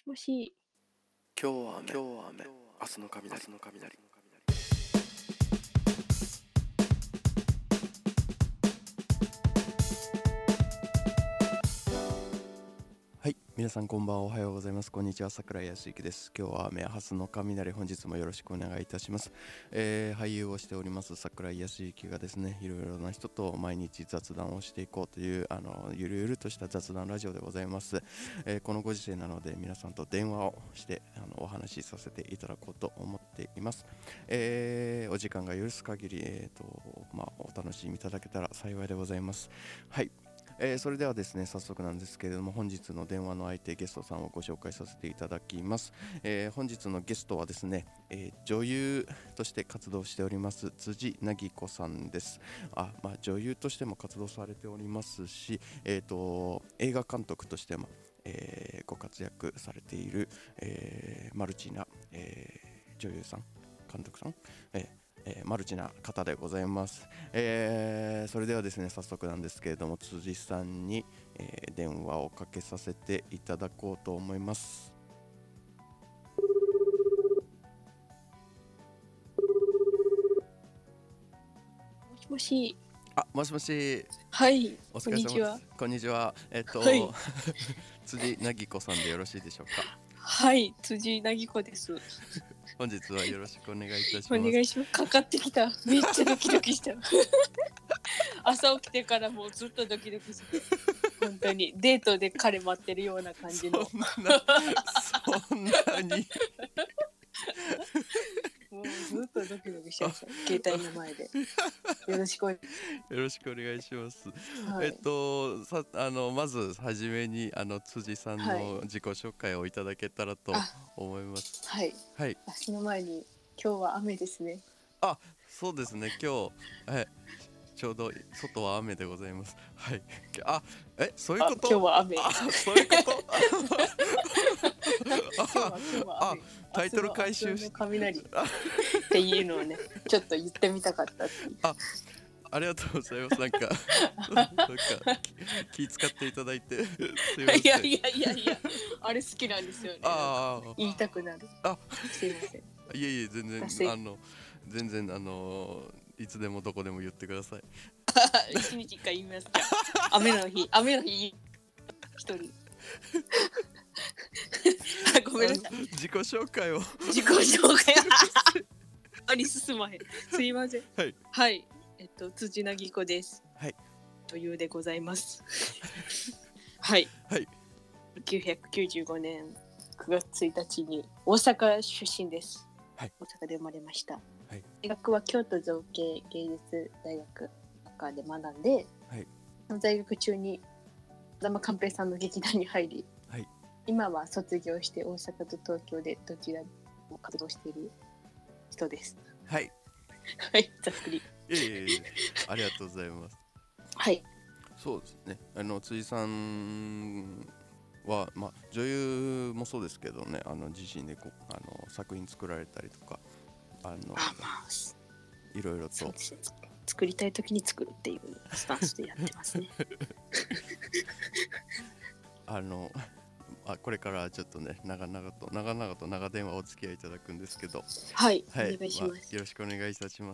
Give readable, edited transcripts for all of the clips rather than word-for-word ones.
もし、 今日は雨、明日の雷。 はい、皆さんこんばんは、おはようございます。こんにちは、桜井康之です。今日は雨明日の雷、本日もよろしくお願いいたします。俳優をしております桜井康之がですね、いろいろな人と毎日雑談をしていこうというゆるゆるとした雑談ラジオでございます。このご時世なので皆さんと電話をしてお話しさせていただこうと思っています。お時間が許す限り、お楽しみいただけたら幸いでございます。はい。それではですね、早速なんですけれども、本日の電話の相手ゲストさんをご紹介させていただきます。本日のゲストはですね、女優として活動しております辻凪子さんです。女優としても活動されておりますし、映画監督としても、ご活躍されている、マルチな、女優さん、監督さん、マルチな方でございます。それではですね、早速なんですけれども、辻さんに、電話をかけさせていただこうと思います。 もしもし。 もしもし。 はい、 お疲れ様です。こんにちは。 はい、 辻凪子さんでよろしいでしょうか。 はい、辻凪子です。 本日はよろしくお願いいたします。 お願いします。かかってきた。めっちゃドキドキした朝起きてからもうずっとドキドキして本当にデートで彼待ってるような感じのそんなにもうずっとドキドキしてました携帯の前でよろしくお願いします、 はい、 まずはじめに辻さんの自己紹介をいただけたらと思います。 はい、はい、私の前に今日は雨ですね。 そうですね、今日、はい、ちょうど外は雨でございます。はい。そういうこと？ 今日は雨。 そういうこと？ 今日は雨。 タイトル回収して雷っていうのをね、ちょっと言ってみたかったっていう。 ありがとうございます。なんか気使っていただいてすいません。いやあれ好きなんですよね。言いたくなる。すいません。 いえ全然いつでもどこでも言ってください。 一日一回言います。雨の日一人ごめんなさい。 自己紹介あり進まへん。すいません。はい、辻凪子です。 はい。 女優でございます。はい。1995年9月1日に大阪出身です。はい。大阪で生まれました。はい。大学は京都造形芸術大学科で学んで、はい。在学中に座間寛平さんの劇団に入り、はい。今は卒業して大阪と東京でどちらも活動している人です。 はい。 はい、ざっくり。 ありがとうございます。 はい。 そうですね。辻さんは、女優もそうですけどね、自身で作品作られたりとか、いろいろと作りたい時に作るっていうスタンスでやってますね。 これからちょっとね長々と長電話お付き合いいただくんですけど、 はい、お願いします。 よろしくお願いいたします。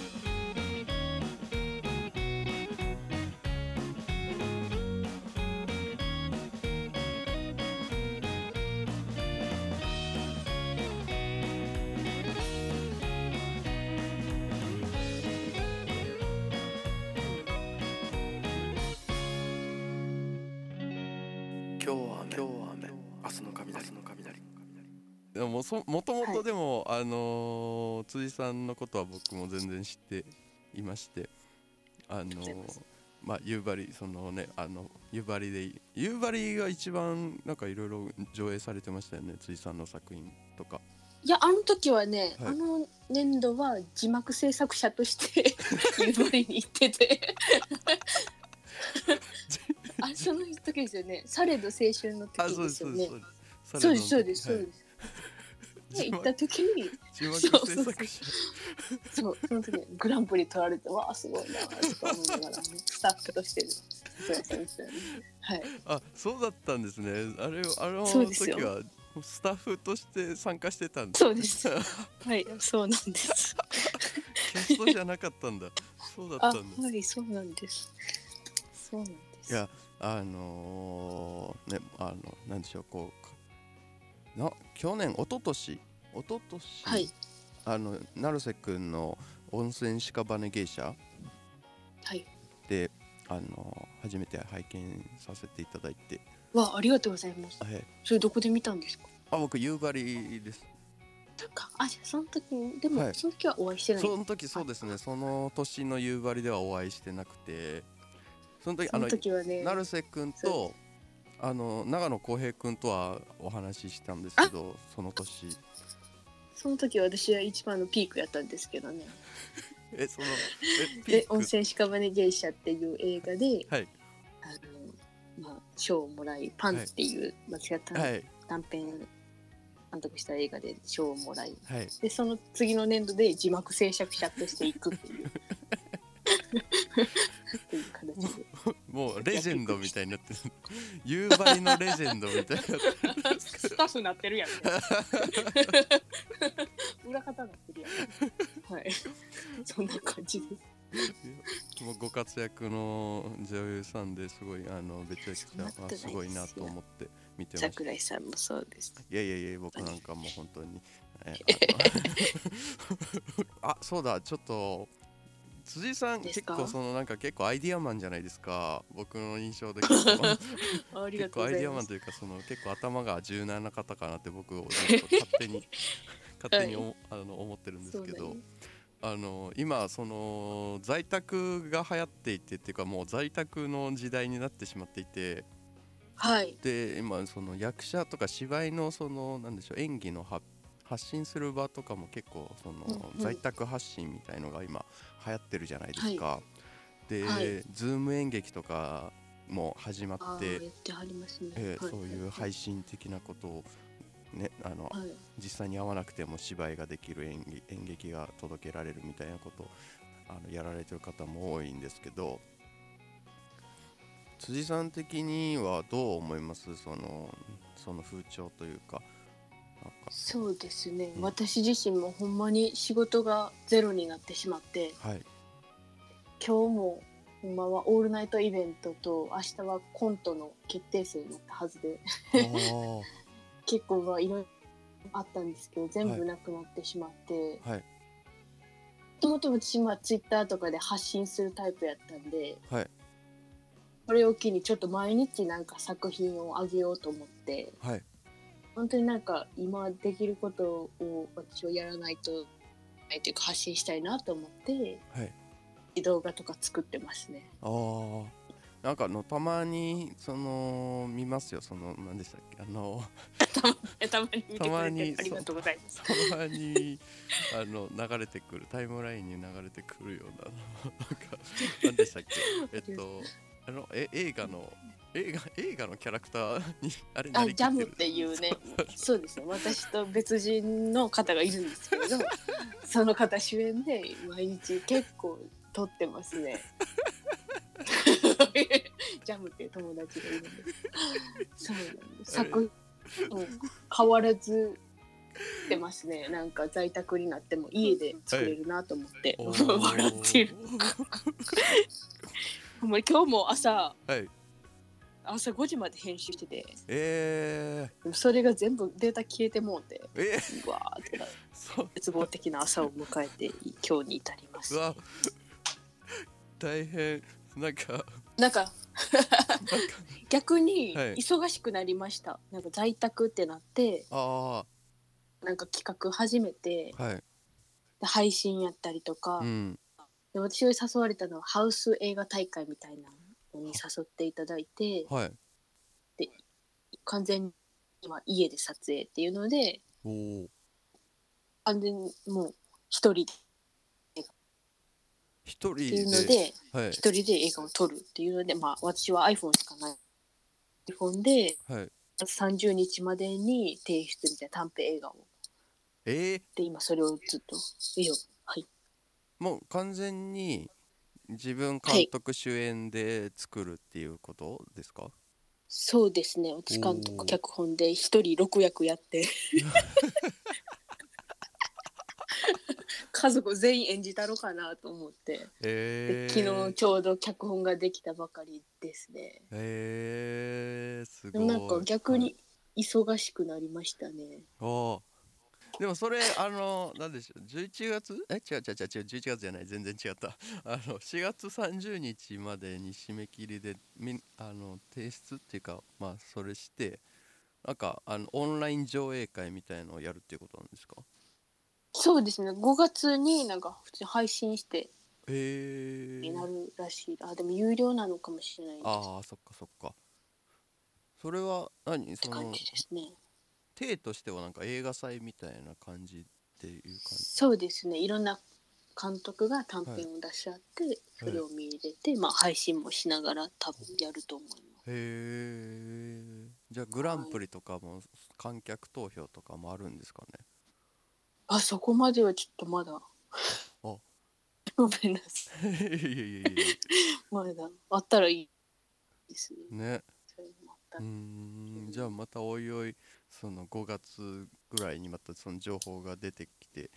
今日は雨、明日の雷。 でももともとでも、辻さんのことは僕も全然知っていまして、夕張夕張が一番なんかいろいろ上映されてましたよね、辻さんの作品とか。 いや、あの時はね、あの年度は字幕制作者として夕張に行っててその時ですよね。されど青春の時ですよね。そうです行った時に字幕制作者その時にグランプリ取られて、わあすごいなと思いながらね、スタッフとしてそうですよね。 はい。 あ、そうだったんですね。あのそうですよ。 時はスタッフとして参加してたんですね。 そうです。はい、そうなんです。 キャストじゃなかったんだ。そうだっあ、 たんだ。 はい、そうなんです。そうなんです。 いや、なんでしょう、去年、一昨年はい。 成瀬くんの温泉屍芸者はい。 で、初めて拝見させていただいて。 わ、ありがとうございます。 はい。 それどこで見たんですか？ 僕、夕張です。 あ、じゃあその時に、でも、 はい。 その時はお会いしてない。 その時、そうですね、その年の夕張ではお会いしてなくて、その時、 その時はね、 成瀬くんと、長野浩平くんとはお話ししたんですけあ、 ど、その年。 その時は私は一番のピークやったんですけどね。 ピーク。 温泉屍芸者っていう映画で、 はい。 賞をもらい、パンっていう、 はい。 短編監督した映画で賞をもらい、 はい。 でその次の年度で字幕制作者としていくっていうっていう形でもうレジェンドみたいになってる。夕張のレジェンドみたいになってる。 スタッフなってるやん、ね、裏方なってるやん。はい、そんな感じです。 もうご活躍の女優さんですごいめちゃくちゃすごいなと思って見てました。 桜井さんもそうです。 いや僕なんかもう本当にあ、そうだ、ちょっと辻さん結構結構アイディアマンじゃないですか、僕の印象で結構アイディアマンというか結構頭が柔軟な方かなって僕をずっと勝手に思ってるんですけど、今在宅が流行っていてっていうか、もう在宅の時代になってしまっていて、 はい、 で今役者とか芝居のなんでしょう、演技の発信する場とかも結構在宅発信みたいのが今流行ってるじゃないですか。はい、で、ズーム演劇とかも始まって、そういう配信的なことをね、実際に会わなくても芝居ができる演劇が届けられるみたいなことをやられてる方も多いんですけど、辻さん的にはどう思います？その風潮というか。 そうですね、私自身もほんまに仕事がゼロになってしまって、はい、今日もほんまはオールナイトイベントと明日はコントの決定戦になったはずで結構いろいろあったんですけど全部なくなってしまって、はい、もともと私ツイッターとかで発信するタイプやったんで、はい、これを機にちょっと毎日なんか作品を上げようと思って、はい、本当になんか今できることを私はやらないとないというか発信したいなと思って、はい、動画とか作ってますね。 なんかたまに見ますよ、何でしたっけ、 たまに見てくれてありがとうございます。 たまに流れてくるタイムラインに流れてくるようななんか何でしたっけ、映画のキャラクターにあれなりきってる、 ジャムっていうねそうですね、私と別人の方がいるんですけれどその方主演で毎日結構撮ってますねジャムっていう友達がいるんです。そうなんです。作品変わらず出ますね。なんか在宅になっても家で作れるなと思って、はい、笑ってる今日も朝5時まで編集してて、それが全部データ消えてもうて、うわーって絶望的な朝を迎えて今日に至ります。 大変。 なんか逆に忙しくなりました。なんか在宅ってなって、なんか企画始めて、はい、で配信やったりとか、で私が誘われたのはハウス映画大会みたいなのに誘っていただいて、はい、で完全に今家で撮影っていうので、完全にもう一人でっていうので、一人で映画を撮るっていうので、私は iPhone しかない iPhone で、はい、30日までに提出みたいな短編映画を、で今それをずっとはい、 もう完全に自分監督主演で作るっていうことですか？はい、 そうですね。私監督脚本で一人6役やって家族全員演じたろかなと思って、で昨日ちょうど脚本ができたばかりですね。 すごい。 なんか逆に忙しくなりましたね。 でもそれなんでしょう、11月違う11月じゃない、全然違った。4月30日までに締め切りで提出っていうか、まあそれしてなんかオンライン上映会みたいのをやるっていうことなんですか？ そうですね。5月になんか普通に配信してになるらしい。でも有料なのかもしれないです。 そっかそっか。それはって感じですね。 体としてはなんか映画祭みたいな感じっていう感じ？ そうですね。いろんな監督が短編を出し合って、それを見入れて、まあ配信もしながら多分やると思います。 じゃあグランプリとかも観客投票とかもあるんですかね？ そこまではちょっとまだごめんなさい。まだあったらいいですね。 じゃあまたおいおいその5月ぐらいにまたその情報が出てきて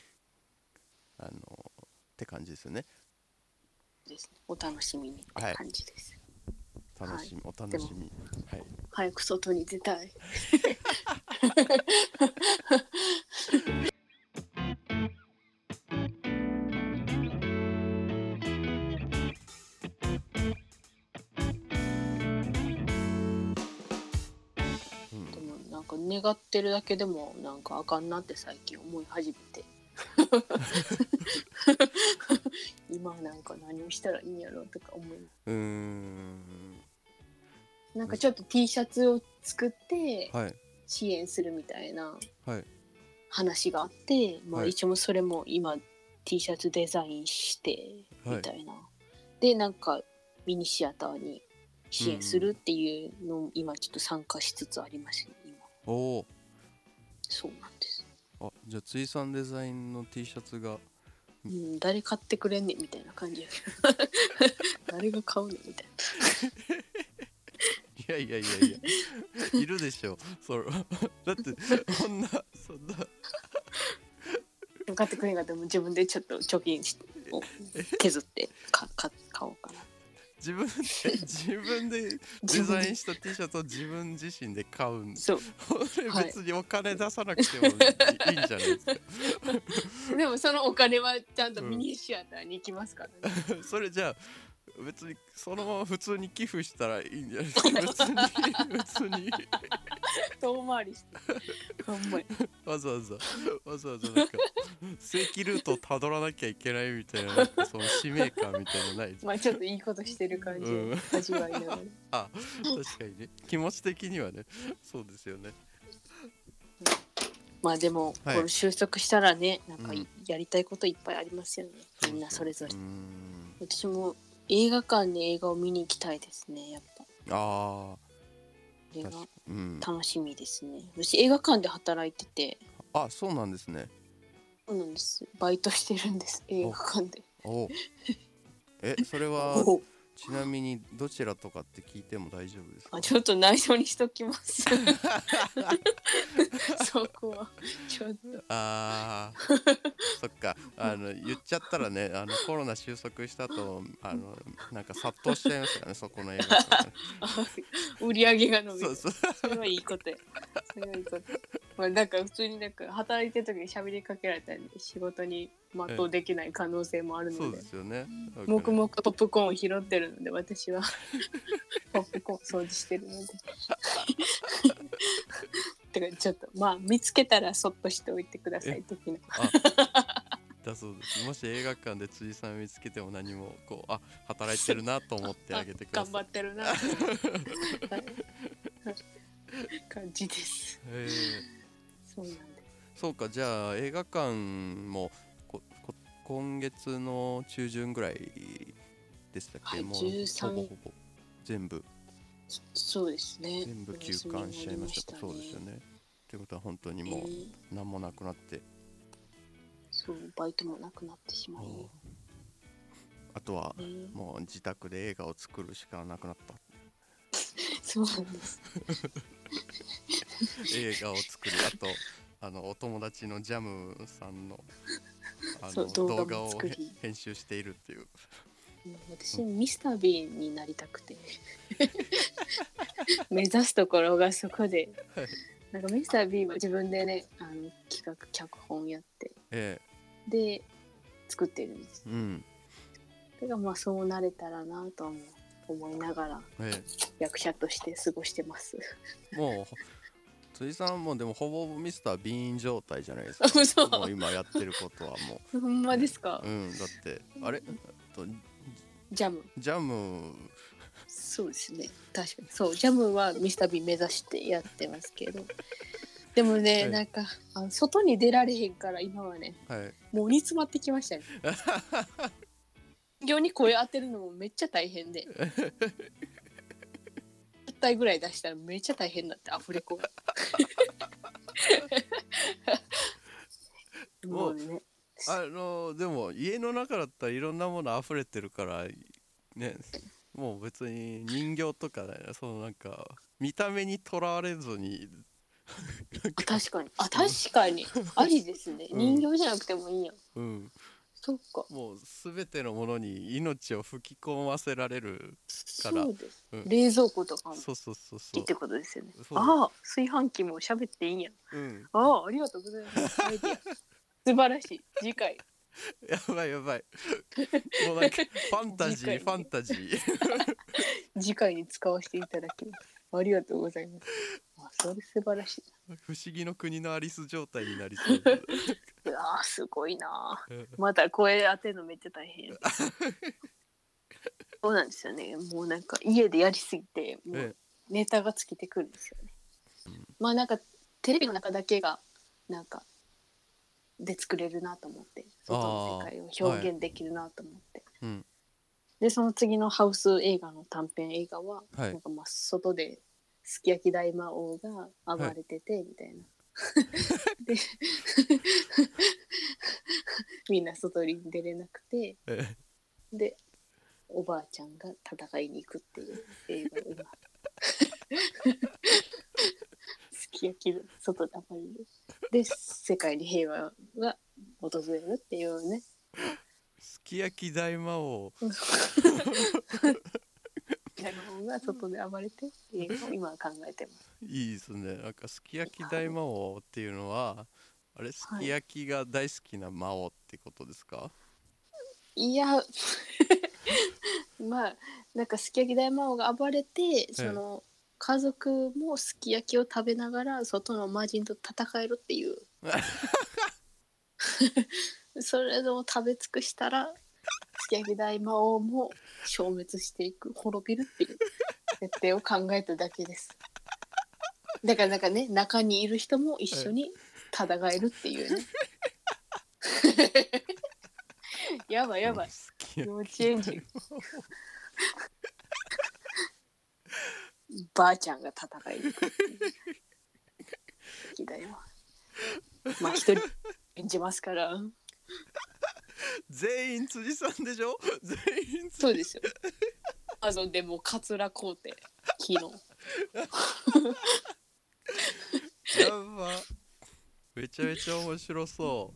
って感じですよね。 ですね。お楽しみにって感じです。 お楽しみ。 早く外に出たい。でもなんか願ってるだけでもなんかあかんなって最近思い始めて今なんか何をしたらいいんやろうとか思う。なんかちょっと T シャツを作って支援するみたいな話があって、まあ一応それも今 T シャツデザインしてみたいな、でなんかミニシアターに支援するっていうのを今ちょっと参加しつつありますね今。そうなんです。 じゃあついさんデザインの T シャツが誰買ってくれんねんみたいな感じやけど誰が買うのみたいな。 いやいるでしょだってそんな買ってくれんかったら自分でちょっと貯金を削って買おうかな。 自分でデザインした T シャツを自分自身で買うん。 そう別にお金出さなくてもいいんじゃないですか。 でもそのお金はちゃんとミニシアターに行きますからね。 それじゃあ別にそのまま普通に寄付したらいいんじゃないですか。別に遠回りしてわざわざなんか正規ルートをたどらなきゃいけないみたいな、なんかその使命感みたいなのないですか？ まあちょっといいことしてる感じを味わいながら、 確かにね、気持ち的にはね、そうですよね。 まあでも、これ収束したらね、なんかやりたいこといっぱいありますよね、みんなそれぞれ。私も映画館に映画を見に行きたいですね、やっぱ。これが楽しみですね。私映画館で働いてて。 そうなんですね。 そうなんです。バイトしてるんです、映画館で。 それはちなみにどちらとかって聞いても大丈夫ですか？ ちょっと内緒にしときますそこはちょっとそっか、言っちゃったらね、コロナ収束したとなんか殺到しちゃいますからね、そこの映画館売り上げが伸びる。それはいいことや。それはいいこと。まあなんか普通になんか働いてる時に喋りかけられたり仕事に全うできない可能性もあるので、 そうですよね。 黙々とポップコーンを拾ってるので、私はポップコーン掃除してるのでだからちょっとまあ見つけたらそっとしておいてください的なだそうです。もし映画館で辻さん見つけても何も働いてるなと思ってあげてください。 頑張ってるな感じです。そうなんです。 そうか、じゃあ映画館も今月の中旬ぐらいでしたっけ？もうほぼ全部。 そうですね。 全部休館しちゃいました。そうですよね。ということは本当にもう何もなくなって、 そうバイトもなくなってしまう。 あとはもう自宅で映画を作るしかなくなった。 そうなんです映画を作り、あとお友達のジャムさんの動画を編集しているっていう。 私ミスター・ビーンになりたくて目指すところがそこで、はい、なんかミスター・ビーンは自分でね企画脚本やって、で作ってるんです、だからまあそうなれたらなと思いながら、役者として過ごしてますもう辻さんもでもほぼミスター・ビーン状態じゃないですかもう今やってることはもうほんまですか、 だってあれジャムそうですね、確かにそう、ジャムはミスター・ビーン目指してやってますけどでもね、なんか外に出られへんから今はね、もう煮詰まってきましたね人形に声当てるのもめっちゃ大変で10体ぐらい出したらめっちゃ大変だってアフレコがもうね、でも家の中だったらいろんなもの溢れてるからね、もう別に人形とかね、そのなんか見た目にとらわれずに確かにありですね、人形じゃなくてもいいや、そっか、 もう全てのものに命を吹き込ませられるから。 そうです、冷蔵庫とかもそうってことですよね。炊飯器も喋っていいんや、ありがとうございます素晴らしい。次回やばいもうなんかファンタジー次回に使わせていただきます。ありがとうございます。それ素晴らしい。 不思議の国のアリス状態になりそうすごいな。また声当てるのめっちゃ大変そうなんですよね。もうなんか家でやりすぎてもうネタが尽きてくるんですよね、まあなんかテレビの中だけがなんかで作れるなと思って、外の世界を表現できるなと思って、でその次のハウス映画の短編映画は、なんかまあ外ですき焼き大魔王が暴れててみたいな、でみんな外に出れなくて、でおばあちゃんが戦いに行くっていう映画を今すき焼きの外で暴れるで世界に平和が訪れるっていうね、 すき焼き大魔王大魔王が外で暴れてっていうのを今考えてます。 いいですね。なんかすき焼き大魔王っていうのはあれ、すき焼きが大好きな魔王ってことですか？ いやまあなんかすき焼き大魔王が暴れて、その家族もすき焼きを食べながら外の魔人と戦えるっていうそれを食べ尽くしたらすき焼き大魔王も消滅していく、滅びるっていう設定を考えただけですだからなんかね、中にいる人も一緒に戦えるっていうねやばい幼稚園児ばあちゃんが戦いに行くっていう敵だよ。まあ一人演じますから全員辻さんでしょ？全員そうですよ。でもカツラ買うて昨日やば、めちゃめちゃ面白そう。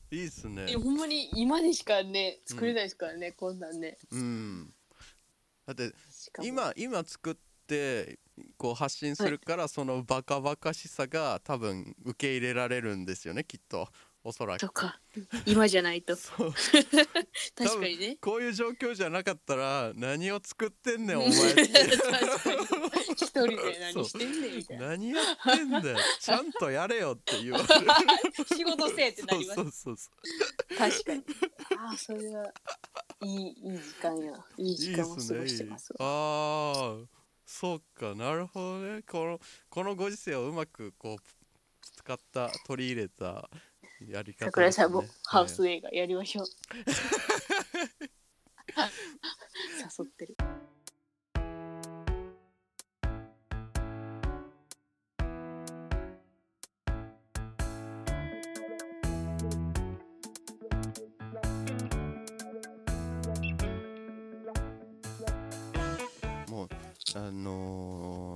いいっすね。 ほんまに今でしかね作れないですからね、こんなんね。 だって今作ってこう発信するから、そのバカバカしさが多分受け入れられるんですよね、きっと。おそらく。 とか今じゃないと確かにね。 こういう状況じゃなかったら何を作ってんねんお前って一人で何してんねんみたいな。 何やってんだよちゃんとやれよって言われる仕事せえってなります。 そう確かに。それはいい時間や。いい時間を過ごしてますわ。そうか、なるほどね。このご時世をうまくこう使った取り入れたやり方ですね。 桜井さんもハウス映画やりましょう。誘ってる。 もう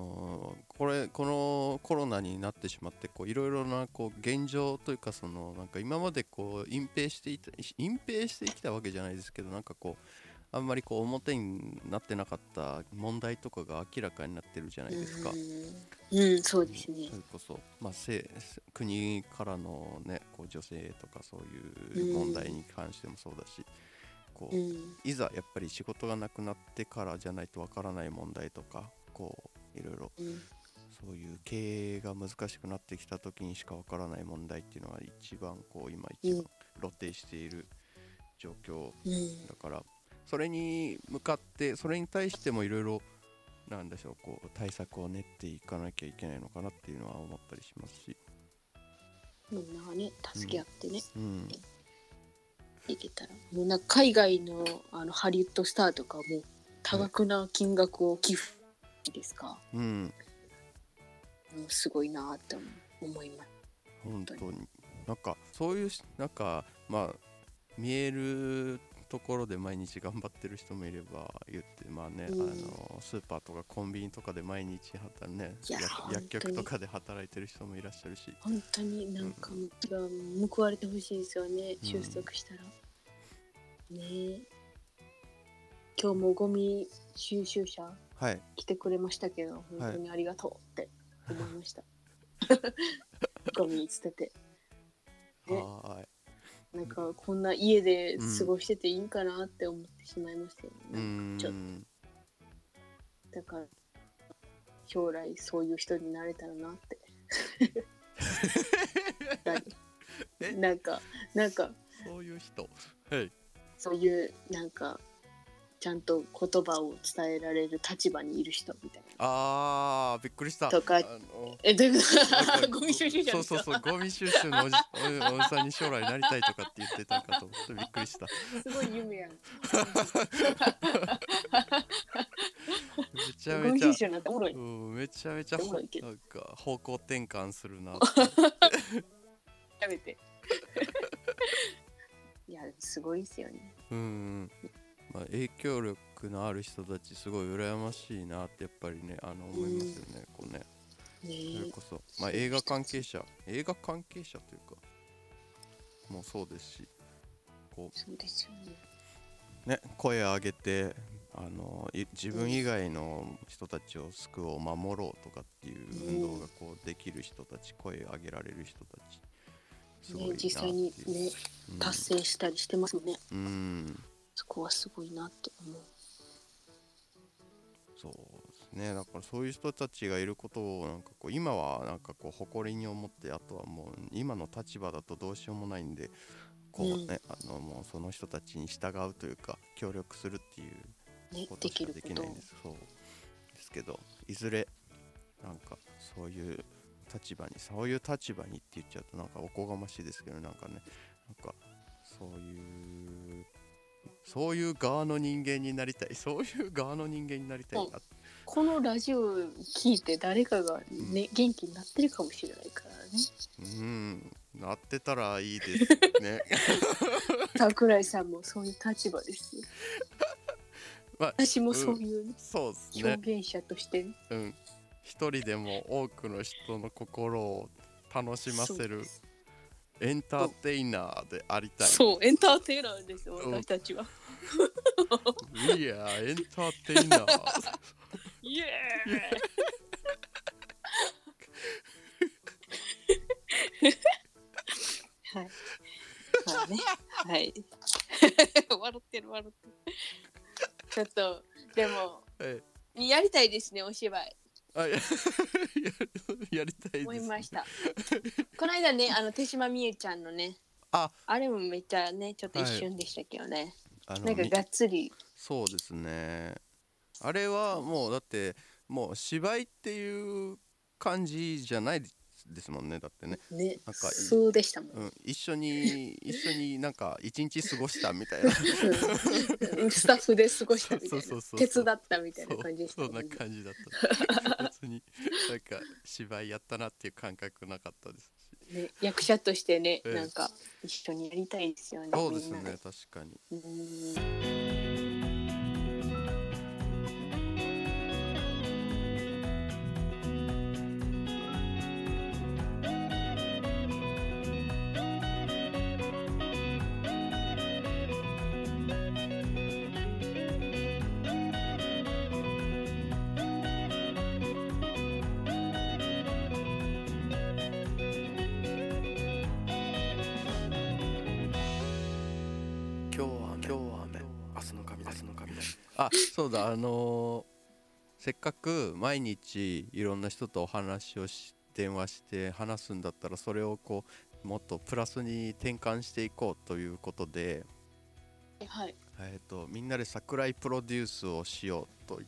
コロナになってしまっていろいろな現状というかなんか今まで隠蔽してきたわけじゃないですけど、なんかあんまり表になってなかった問題とかが明らかになってるじゃないですか。 そうですね。 それこそ、国からのね女性とかそういう問題に関してもそうだし、いざやっぱり仕事がなくなってからじゃないとわからない問題とかいろいろそういう経営が難しくなってきた時にしかわからない問題っていうのは今一番露呈している状況だから、それに向かってそれに対してもいろいろなんでしょう対策を練っていかなきゃいけないのかなっていうのは思ったりしますし、 みんながね助け合ってね、いけたらもうなんか海外のハリウッドスターとかも多額な金額を寄付ですか、すごいなって思います。 本当になんかそういうなんか見えるところで毎日頑張ってる人もいれば言ってスーパーとかコンビニとかで毎日薬局とかで働いてる人もいらっしゃるし、 本当になんか報われてほしいですよね、収束したらね。今日もゴミ収集車来てくれましたけど、本当にありがとうって思いました、ゴミ捨ててね。なんかこんな家で過ごしてていいんかなって思ってしまいましたよね、ちょっと。だから将来そういう人になれたらなってなんかそういう人、 そういうなんかちゃんと言葉を伝えられる立場にいる人みたいな。 びっくりしたとか、どういうことゴミ収集車ですか？ そうゴミ収集のおじさんに将来なりたいとかって言ってたかと思ってびっくりした。 すごい夢やん。めちゃめちゃめちゃめちゃなんか方向転換するなやめていやすごいですよね。 影響力のある人たちすごい羨ましいなってやっぱりね思いますよね。それこそ映画関係者というかもうそうですし、 そうですよね、声を上げて自分以外の人たちを救おう守ろうとかっていう運動ができる人たち、声を上げられる人たちすごいなっていう、 実際にね、達成したりしてますもんね。そこはすごいなって思う。 そうですね。だからそういう人たちがいることをなんか今はなんか誇りに思って、あとはもう今の立場だとどうしようもないんでもうその人たちに従うというか協力するっていうことしかできないんです。そうですけど、いずれなんかそういう立場にって言っちゃうとなんかおこがましいですけど、なんかね、なんかそういう側の人間になりたいな。 このラジオ聞いて誰かがね、元気になってるかもしれないからね。 なってたらいいですね。 桜井さんもそういう立場ですよ。私もそういう、 そうですね、 表現者として、 一人でも多くの人の心を楽しませるエンターテイナーでありたい。 そう、エンターテイナーですよ、私たちは。 いや、エンターテイナー。 イエーイ。はい。まあね、はい。笑ってる。ちょっとでも、やりたいですね、お芝居。 やりたいです、ね。 思いました。この間ね、手島美恵ちゃんのね、あれもめっちゃね、ちょっと一瞬でしたけどね、なんかがっつり。 そうですね。あれはもうだってもう芝居っていう感じじゃないですもんね。だってね、 なんかそうでしたもん。 一緒になんか一日過ごしたみたいなスタッフで過ごしたみたいな、手伝ったみたいな感じでした、 そんな感じだった。別になんか芝居やったなっていう感覚なかったですし、 ね、役者としてね、なんか一緒にやりたいですよね。 そうですね、確かに。 そうだ、せっかく毎日いろんな人とお話を電話して話すんだったら、それをこうもっとプラスに転換していこうということで、 はい、 みんなで桜井プロデュースをしようという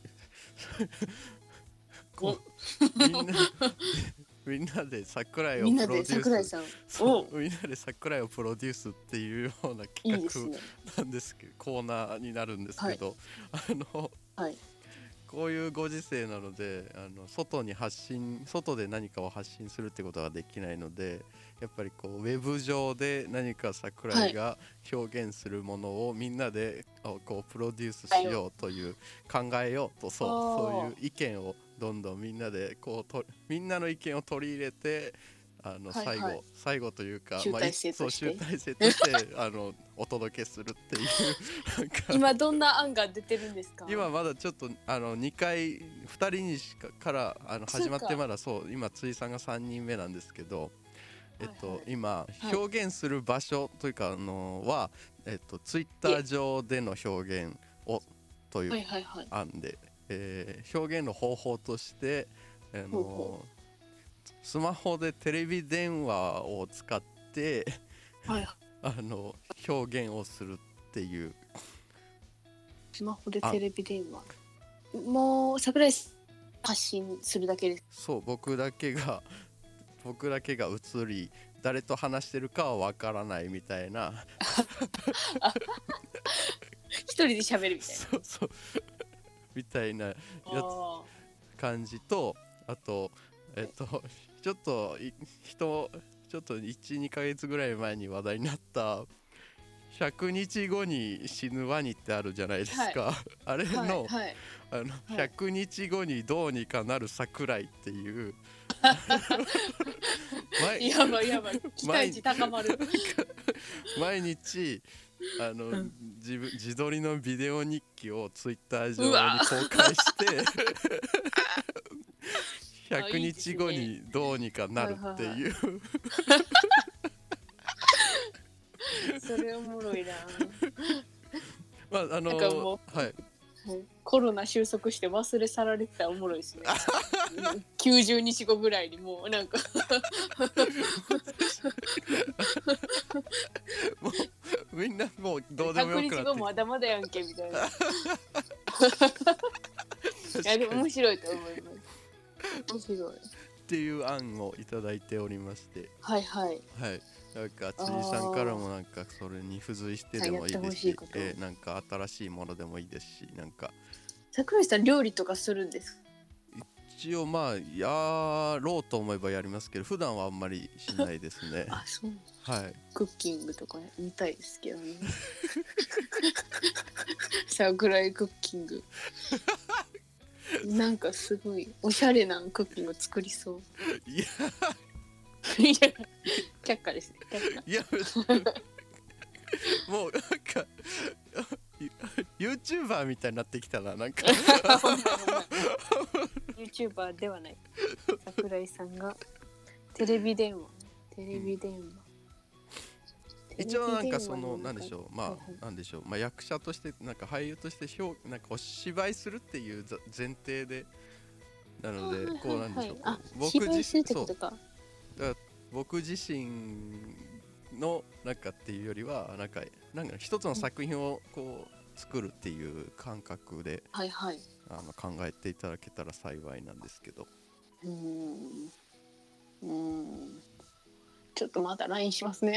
こうみんなで桜井をプロデュース、みんなで桜井をプロデュースっていうような企画なんですけど、コーナーになるんですけど、はい、こういうご時世なので、外で何かを発信するってことができないので、やっぱりこうウェブ上で何か桜井が表現するものをみんなでこうプロデュースしようという、考えようと、そういう意見をどんどんみんなでみんなの意見を取り入れて、最後というか、 集大成としてお届けするっていう今どんな案が出てるんですか？ 今まだちょっと2回2人にから始まってまだ今ついさんが3人目なんですけど、今表現する場所というかはツイッター上での表現をという案で、表現の方法としてスマホでテレビ電話を使って表現をするっていう。 スマホでテレビ電話、もう桜井発信するだけです。 そう、僕だけが映り、誰と話してるかはわからないみたいな一人で喋るみたいなそうみたいな感じと、あとちょっと 1,2 ヶ月ぐらい前に話題になった100日後に死ぬワニってあるじゃないですか、あれの、100日後にどうにかなる桜井っていうやばい期待値高まる毎日自撮りのビデオ日記をツイッター上に公開して100日後にどうにかなるっていう、 それおもろいな。 まあなんかもう、はい、コロナ収束して忘れ去られてたらおもろいですね90日後ぐらいにもうなんかもうみんなもうどうでもよくなって、100 日後まだまだやんけみたいないやでも面白いと思います。面白いっていう案をいただいておりまして、 はいなんか辻さんからもなんかそれに付随してでもいいですし、なんか新しいものでもいいですし、なんか桜井さん料理とかするんですか？ 一応まあやろうと思えばやりますけど、普段はあんまりしないですねあ、そう、クッキングとか見たいですけどね桜井クッキングなんかすごいおしゃれなクッキング作りそう。いや却下ですね。 いやもうなんかYouTuber みたいになってきたな、なんか YouTuber ではない。桜井さんがテレビ電話一応なんかなんでしょう、まあなんでしょう、まあ役者としてなんか俳優としてなんかお芝居するっていう前提でなので、こうなんでしょう、僕自身のなんかっていうよりはなんか一つの作品をこう作るっていう感覚で考えていただけたら幸いなんですけど。 ちょっとまた LINE しますね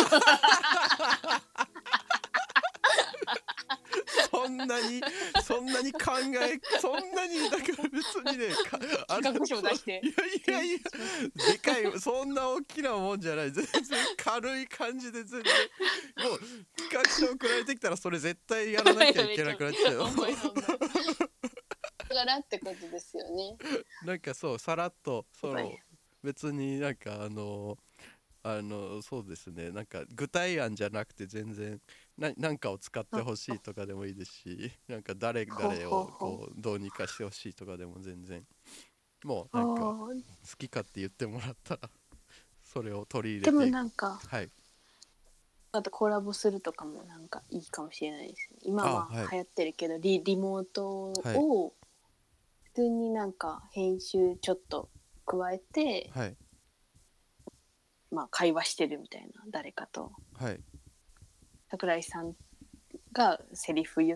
そんなにそんなにだから別にね企画書を出していやでかいそんな大きなもんじゃない、全然軽い感じで、全然もう企画書送られてきたらそれ絶対やらなきゃいけなくなっちゃうよだからってことですよね。 なんかそうさらっと別になんかそうですね、なんか具体案じゃなくて全然なんかを使ってほしいとかでもいいですし、なんか誰をこうどうにかしてほしいとかでも全然もうなんか好きかって言ってもらったらそれを取り入れて。 でもなんか、 あとコラボするとかもなんかいいかもしれないですね。今ははい流行ってるけど、リモートはいを普通になんか編集ちょっと加えて、 はい。 まあ会話してるみたいな、誰かとはい。 桜井さんがセリフ言って、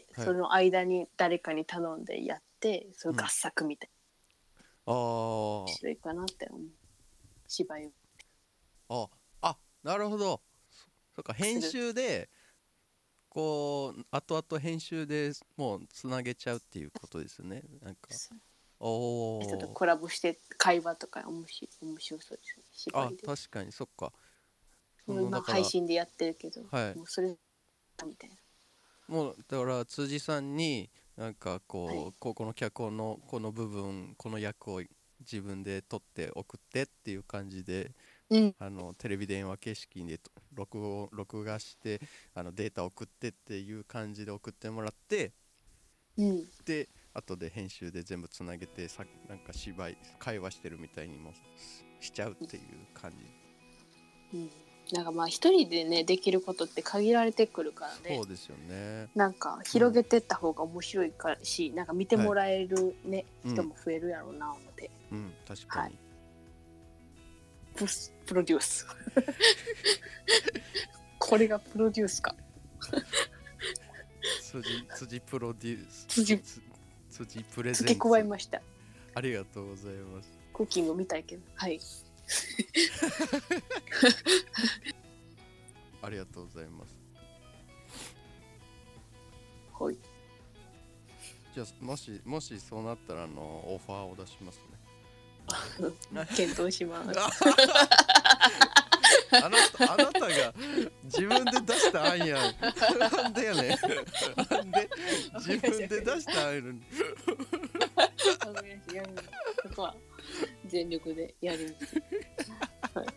はいその間に誰かに頼んでやって、そういう合作みたいな、面白いかなって思う。芝居をなるほど。そっか、編する。 集でこう後々編集でもうつなげちゃうっていうことですね。なんか人とおコラボして会話とか面白そうですね、芝居で。 確かにそっか。だ今から配信でやってるけど、 はいもうそれみたいな。 もうだから辻さんになんかはい、 ここの脚本のこの部分この役を自分で撮って送ってっていう感じでうん、 テレビ電話形式で録画してデータ送ってっていう感じで送ってもらって、 うん、 で後で編集で全部つなげてなんか会話してるみたいにもしちゃうっていう感じ。 うん。なんかまあ一人でねできることって限られてくるからね。 そうですよね。 なんか広げてった方が面白いからし、なんか見てもらえるね、人も増えるやろうな思って。 確かに。はい、 プロデュースこれがプロデュースか。 辻プロデュース。辻プレゼンツ。 付け加えました。 ありがとうございます。 クッキング見たいけど、はい。 ありがとうございます。 はい。 じゃあもしそうなったらオファーを出しますね。検討します。 あなたが自分で出した案やん。なんでやねん。なんで自分で出した案やのに。 そこは全力でやります。はい。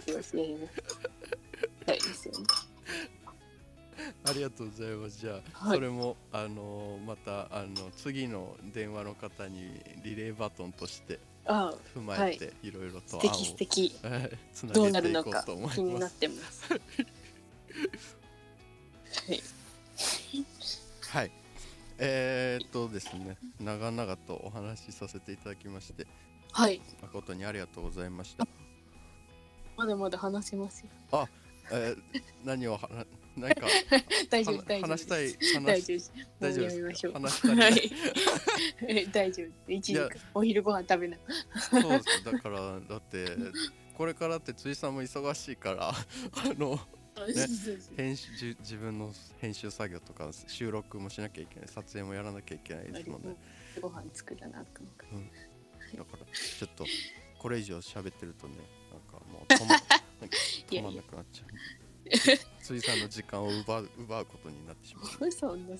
よし、やります。はいですよね。 ありがとうございます。じゃあ、 はい、 それもまた次の電話の方にリレーバトンとして踏まえて、いろいろと案を素敵つなげていこうと思います。 気になってます。はい。 はい。ですね、長々とお話しさせていただきまして、 はい。 誠にありがとうございました。 まだまだ話せますよ。 何をなんか大丈夫話したい大丈夫大丈夫です。 話したい。はい。 大丈夫。一時間お昼ご飯食べな。 そうです。だってこれからって辻さんも忙しいからね、自分の編集作業とか収録もしなきゃいけない、撮影もやらなきゃいけないですもんね。 ご飯作らなあかんから、 だからちょっとこれ以上喋ってるとね、なんかもう止まんなくなっちゃう。辻さんの時間を奪うことになってしまう。 そんな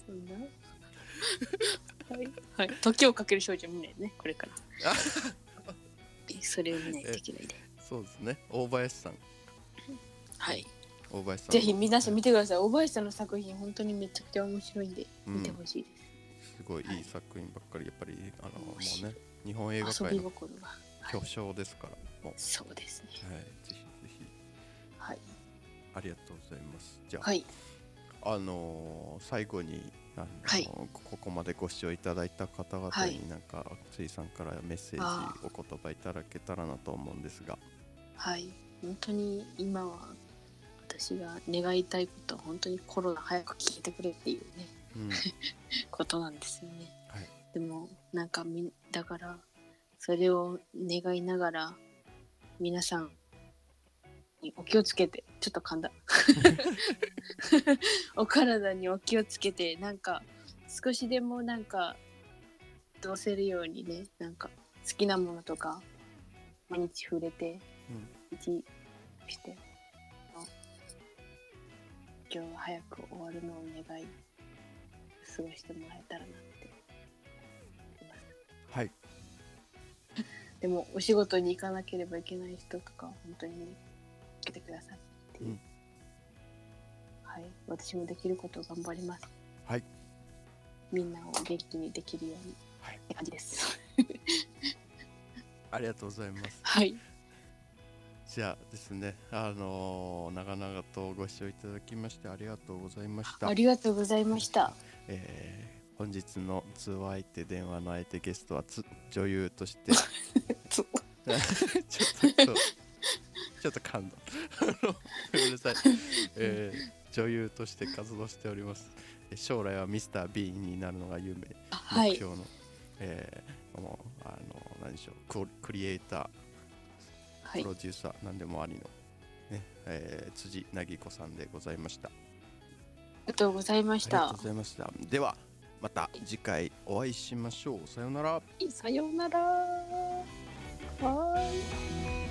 はい、時をかける少女見ないね、これからそれを見ないといけないで。 そうですね、大林さん。 はい、 大林さんぜひ皆さん見てください。大林さんの作品本当にめちゃくちゃ面白いんで見てほしいです。 すごいいい作品ばっかり、やっぱりもうね、日本映画界の巨匠ですから。もうそうですね。 はい、ぜひぜひ。 はい。 ありがとうございます。じゃあ、 はい、 最後にここまでご視聴いただいた方々になんかついさんからメッセージお言葉いただけたらなと思うんですが。 はい、本当に今は私が願いたいことは本当にコロナ早く消えてくれっていうね、ことなんですよね。はい、でもなんかだからそれを願いながら皆さんお気をつけて、ちょっと噛んだお体にお気をつけて、なんか少しでもなんかどうせるようにね、なんか好きなものとか毎日触れて、して今日は早く終わるのを願い過ごしてもらえたらなって思います。 はい。 でもお仕事に行かなければいけない人とか本当に来てくださいっていう、はい、私もできることを頑張ります。 はい。 みんなを元気にできるように、はい、って感じです。 ありがとうございます。 はい。 じゃあですね、長々とご視聴いただきましてありがとうございました。 ありがとうございました。 本日の通話相手、電話の相手、ゲストは女優としてちょっと感動ごめんなさい、女優として活動しております。将来はミスター・ビーンになるのが夢、目標の、何でしょう、クリエイター、プロデューサー、何でもありの、ね辻凪子さんでございました。 ありがとうございました。 ありがとうございました。ではまた次回お会いしましょう。さようなら。 さようなら。はい。